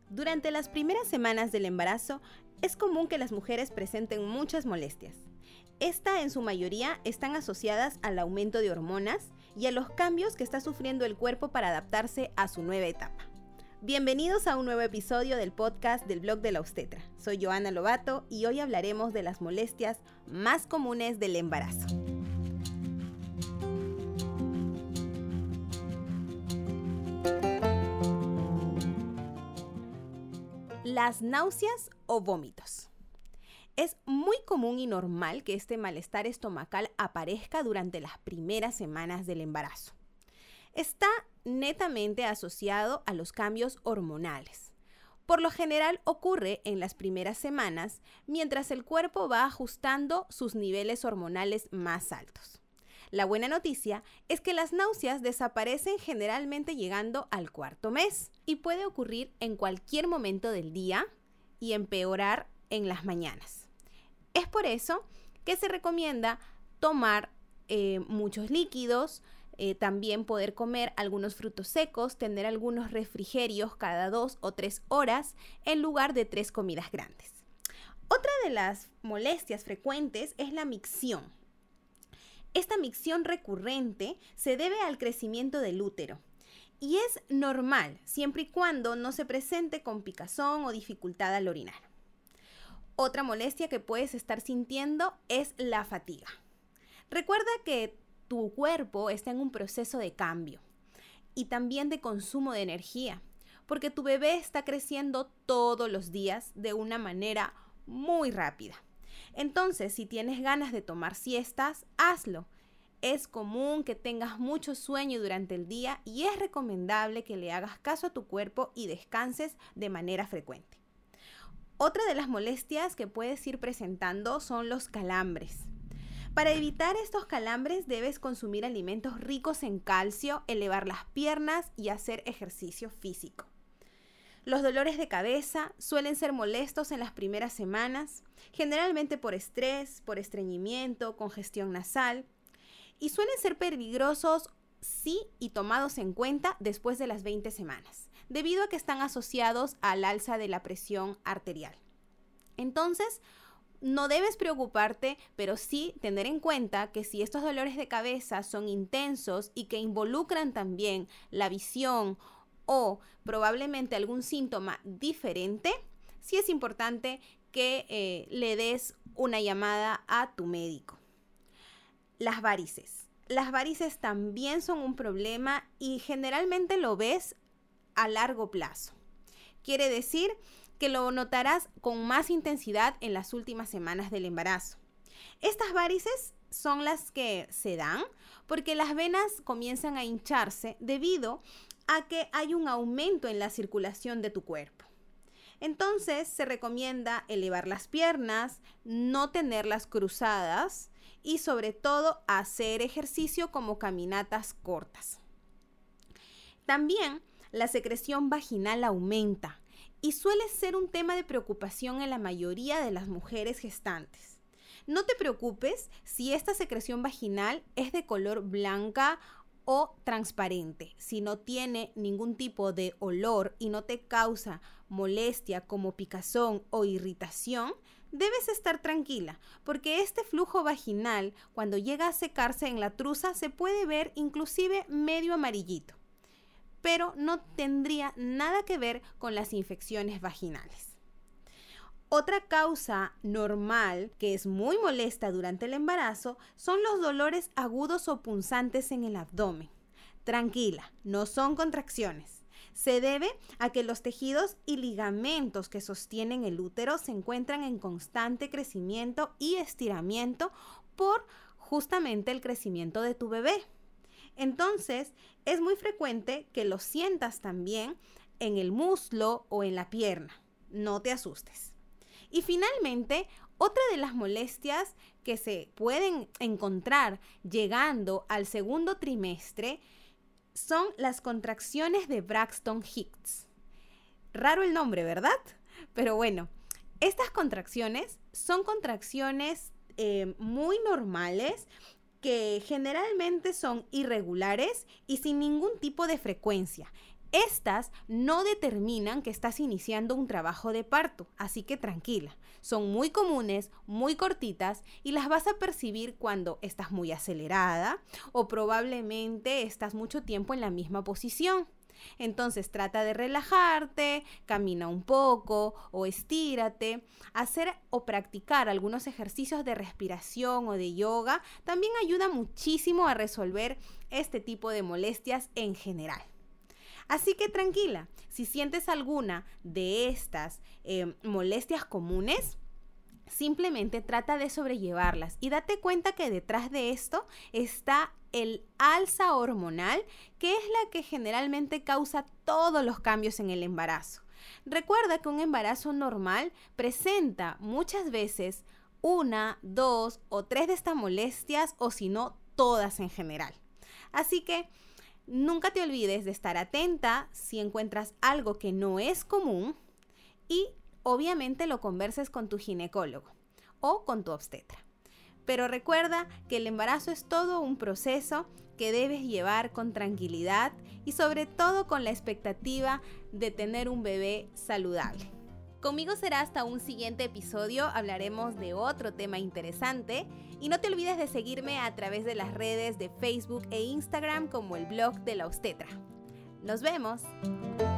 Durante las primeras semanas del embarazo, es común que las mujeres presenten muchas molestias. Esta, en su mayoría, están asociadas al aumento de hormonas y a los cambios que está sufriendo el cuerpo para adaptarse a su nueva etapa. Bienvenidos a un nuevo episodio del podcast del blog de la obstetra. Soy Joana Lobato y hoy hablaremos de las molestias más comunes del embarazo. Las náuseas o vómitos. Es muy común y normal que este malestar estomacal aparezca durante las primeras semanas del embarazo. Está netamente asociado a los cambios hormonales. Por lo general ocurre en las primeras semanas, mientras el cuerpo va ajustando sus niveles hormonales más altos. La buena noticia es que las náuseas desaparecen generalmente llegando al cuarto mes y puede ocurrir en cualquier momento del día y empeorar en las mañanas. Es por eso que se recomienda tomar muchos líquidos, también poder comer algunos frutos secos, tener algunos refrigerios cada 2 o 3 horas en lugar de 3 comidas grandes. Otra de las molestias frecuentes es la micción. Esta micción recurrente se debe al crecimiento del útero y es normal siempre y cuando no se presente con picazón o dificultad al orinar. Otra molestia que puedes estar sintiendo es la fatiga. Recuerda que tu cuerpo está en un proceso de cambio y también de consumo de energía, porque tu bebé está creciendo todos los días de una manera muy rápida. Entonces, si tienes ganas de tomar siestas, hazlo. Es común que tengas mucho sueño durante el día y es recomendable que le hagas caso a tu cuerpo y descanses de manera frecuente. Otra de las molestias que puedes ir presentando son los calambres. Para evitar estos calambres debes consumir alimentos ricos en calcio, elevar las piernas y hacer ejercicio físico. Los dolores de cabeza suelen ser molestos en las primeras semanas, generalmente por estrés, por estreñimiento, congestión nasal, y suelen ser peligrosos sí y tomados en cuenta después de las 20 semanas, debido a que están asociados al alza de la presión arterial. Entonces, no debes preocuparte, pero sí tener en cuenta que si estos dolores de cabeza son intensos y que involucran también la visión o probablemente algún síntoma diferente, sí es importante que le des una llamada a tu médico. Las varices. Las varices también son un problema y generalmente lo ves a largo plazo. Quiere decir que lo notarás con más intensidad en las últimas semanas del embarazo. Estas varices son las que se dan porque las venas comienzan a hincharse debido a que hay un aumento en la circulación de tu cuerpo. Entonces se recomienda elevar las piernas, no tenerlas cruzadas y sobre todo hacer ejercicio como caminatas cortas. También la secreción vaginal aumenta y suele ser un tema de preocupación en la mayoría de las mujeres gestantes. No te preocupes si esta secreción vaginal es de color blanca o transparente. Si no tiene ningún tipo de olor y no te causa molestia como picazón o irritación, debes estar tranquila, porque este flujo vaginal, cuando llega a secarse en la truza, se puede ver inclusive medio amarillito, pero no tendría nada que ver con las infecciones vaginales. Otra causa normal que es muy molesta durante el embarazo son los dolores agudos o punzantes en el abdomen. Tranquila, no son contracciones. Se debe a que los tejidos y ligamentos que sostienen el útero se encuentran en constante crecimiento y estiramiento por justamente el crecimiento de tu bebé. Entonces, es muy frecuente que lo sientas también en el muslo o en la pierna. No te asustes. Y finalmente, otra de las molestias que se pueden encontrar llegando al segundo trimestre son las contracciones de Braxton Hicks. Raro el nombre, ¿verdad? Pero bueno, estas contracciones son contracciones muy normales que generalmente son irregulares y sin ningún tipo de frecuencia. Estas no determinan que estás iniciando un trabajo de parto, así que tranquila. Son muy comunes, muy cortitas y las vas a percibir cuando estás muy acelerada o probablemente estás mucho tiempo en la misma posición. Entonces trata de relajarte, camina un poco o estírate. Hacer o practicar algunos ejercicios de respiración o de yoga también ayuda muchísimo a resolver este tipo de molestias en general. Así que tranquila, si sientes alguna de estas molestias comunes, simplemente trata de sobrellevarlas y date cuenta que detrás de esto está el alza hormonal, que es la que generalmente causa todos los cambios en el embarazo. Recuerda que un embarazo normal presenta muchas veces 1, 2 o 3 de estas molestias o si no todas en general. Así que nunca te olvides de estar atenta si encuentras algo que no es común y obviamente lo converses con tu ginecólogo o con tu obstetra. Pero recuerda que el embarazo es todo un proceso que debes llevar con tranquilidad y sobre todo con la expectativa de tener un bebé saludable. Conmigo será hasta un siguiente episodio, hablaremos de otro tema interesante y no te olvides de seguirme a través de las redes de Facebook e Instagram como el blog de la obstetra. ¡Nos vemos!